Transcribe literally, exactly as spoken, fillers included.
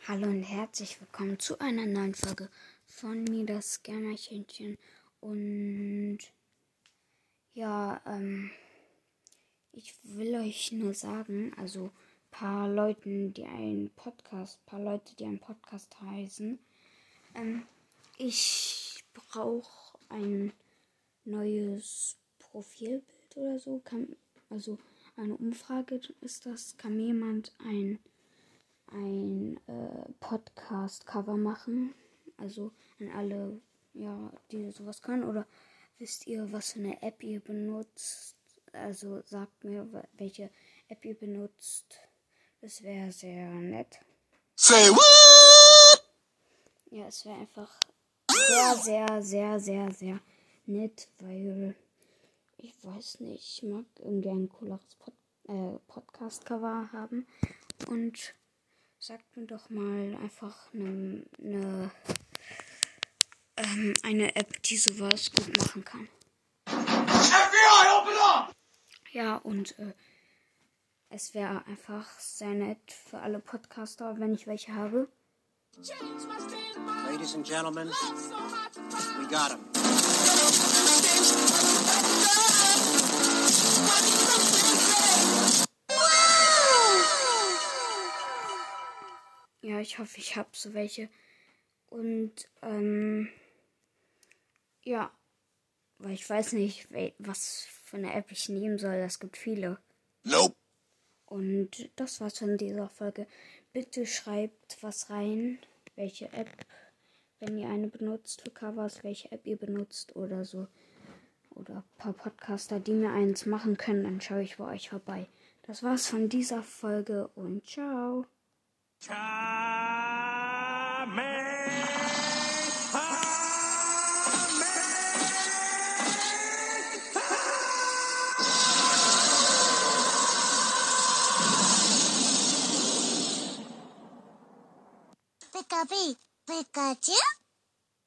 Hallo und herzlich willkommen zu einer neuen Folge von mir, das Germerchenchen. Und ja, ähm, ich will euch nur sagen, also ein paar Leuten, die einen Podcast, paar Leute, die einen Podcast heißen, ähm, ich brauche ein neues Profilbild oder so. Kann, also eine Umfrage ist das. Kann mir jemand ein ein äh, Podcast-Cover machen. Also an alle, ja, die sowas können. Oder wisst ihr, was für eine App ihr benutzt? Also sagt mir, welche App ihr benutzt. Das wäre sehr nett. Say what? Ja, es wäre einfach sehr, sehr, sehr, sehr, sehr nett, weil ich weiß nicht, ich mag irgendwie ein cooleres Pod äh, Podcast-Cover haben. Und sagt mir doch mal einfach eine, eine, ähm, eine App, die sowas gut machen kann. F B I, open up! Ja, und äh, es wäre einfach sehr nett für alle Podcaster, wenn ich welche habe. Ladies and gentlemen, we got him. Ja, ich hoffe, ich habe so welche. Und, ähm, ja, weil ich weiß nicht, was für eine App ich nehmen soll. Es gibt viele. Nope. Und das war's von dieser Folge. Bitte schreibt was rein, welche App, wenn ihr eine benutzt für Covers, welche App ihr benutzt oder so. Oder ein paar Podcaster, die mir eins machen können, dann schaue ich bei euch vorbei. Das war's von dieser Folge und ciao. Pika-Pikachu?